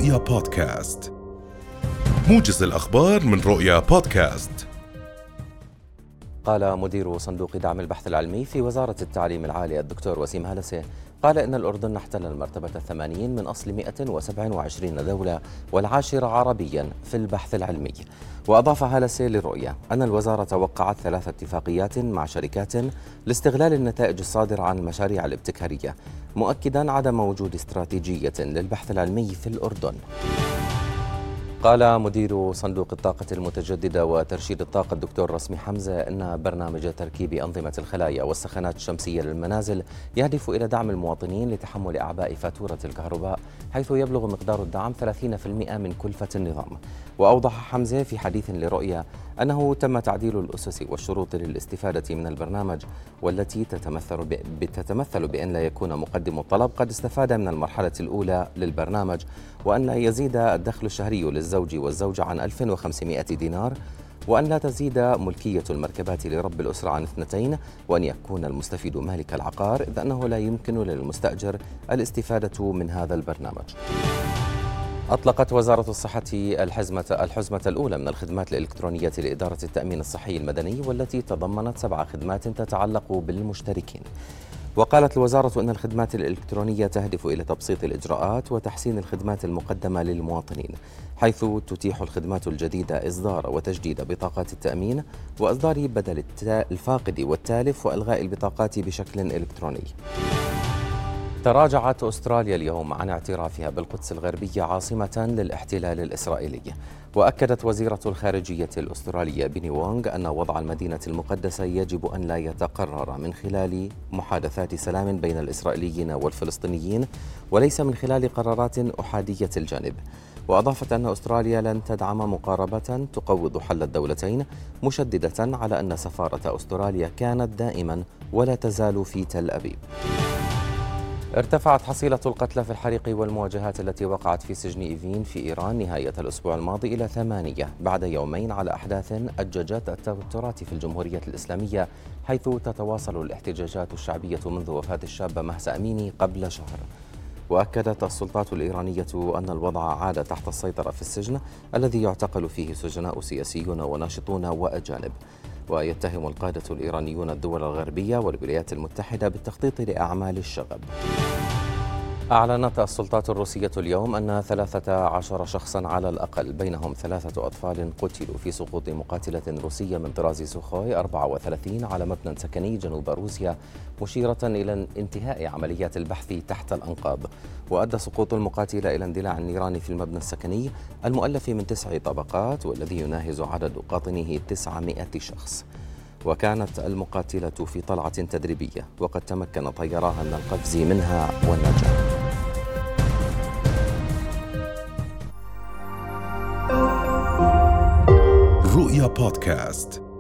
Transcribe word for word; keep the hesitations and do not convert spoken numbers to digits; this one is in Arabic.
رؤيا بودكاست، موجز الأخبار من رؤيا بودكاست. قال مدير صندوق دعم البحث العلمي في وزارة التعليم العالي الدكتور وسيم هلسة، قال إن الأردن احتل المرتبة الثمانين من أصل مئة وسبعة وعشرين دولة والعاشرة عربيا في البحث العلمي. وأضاف هلسة للرؤيا أن الوزارة وقعت ثلاث اتفاقيات مع شركات لاستغلال النتائج الصادرة عن المشاريع الابتكارية، مؤكدا عدم وجود استراتيجية للبحث العلمي في الأردن. قال مدير صندوق الطاقة المتجددة وترشيد الطاقة الدكتور رسمي حمزة أن برنامج تركيب أنظمة الخلايا والسخانات الشمسية للمنازل يهدف إلى دعم المواطنين لتحمل أعباء فاتورة الكهرباء، حيث يبلغ مقدار الدعم ثلاثين بالمئة من كلفة النظام. وأوضح حمزة في حديث لرؤيا أنه تم تعديل الأسس والشروط للاستفادة من البرنامج، والتي تتمثل بتتمثل بأن لا يكون مقدم الطلب قد استفاد من المرحلة الأولى للبرنامج، وأن لا يزيد الدخل الشهري للزوج والزوجة عن ألف وخمسمئة دينار، وأن لا تزيد ملكية المركبات لرب الأسرة عن اثنتين، وأن يكون المستفيد مالك العقار، إذ أنه لا يمكن للمستأجر الاستفادة من هذا البرنامج. أطلقت وزارة الصحة الحزمة الحزمة الأولى من الخدمات الإلكترونية لإدارة التأمين الصحي المدني، والتي تضمنت سبع خدمات تتعلق بالمشتركين. وقالت الوزارة أن الخدمات الإلكترونية تهدف إلى تبسيط الإجراءات وتحسين الخدمات المقدمة للمواطنين، حيث تتيح الخدمات الجديدة إصدار وتجديد بطاقات التأمين، وإصدار بدل الفاقد والتالف، وإلغاء البطاقات بشكل إلكتروني. تراجعت أستراليا اليوم عن اعترافها بالقدس الغربية عاصمة للاحتلال الإسرائيلي. وأكدت وزيرة الخارجية الأسترالية بيني وونغ أن وضع المدينة المقدسة يجب أن لا يتقرر من خلال محادثات سلام بين الإسرائيليين والفلسطينيين، وليس من خلال قرارات أحادية الجانب. وأضافت أن أستراليا لن تدعم مقاربة تقوض حل الدولتين، مشددة على أن سفارة أستراليا كانت دائما ولا تزال في تل أبيب. ارتفعت حصيلة القتلى في الحريق والمواجهات التي وقعت في سجن إيفين في إيران نهاية الأسبوع الماضي إلى ثمانية، بعد يومين على أحداث أججت التوترات في الجمهورية الإسلامية، حيث تتواصل الاحتجاجات الشعبية منذ وفاة الشابة مهسا أميني قبل شهر. وأكدت السلطات الإيرانية أن الوضع عاد تحت السيطرة في السجن، الذي يعتقل فيه سجناء سياسيون وناشطون وأجانب. ويتهم القادة الإيرانيون الدول الغربية والولايات المتحدة بالتخطيط لأعمال الشغب. أعلنت السلطات الروسية اليوم أن ثلاثة عشر شخصا على الأقل، بينهم ثلاثة أطفال، قتلوا في سقوط مقاتلة روسية من طراز سوخوي أربعة وثلاثين على مبنى سكني جنوب روسيا، مشيرة إلى انتهاء عمليات البحث تحت الأنقاض. وأدى سقوط المقاتلة إلى اندلاع النيران في المبنى السكني المؤلف من تسع طبقات، والذي يناهز عدد قاطنيه تسعمائة شخص. وكانت المقاتلة في طلعة تدريبية، وقد تمكن طيراها من القفز منها والنجاة. رؤيا بودكاست.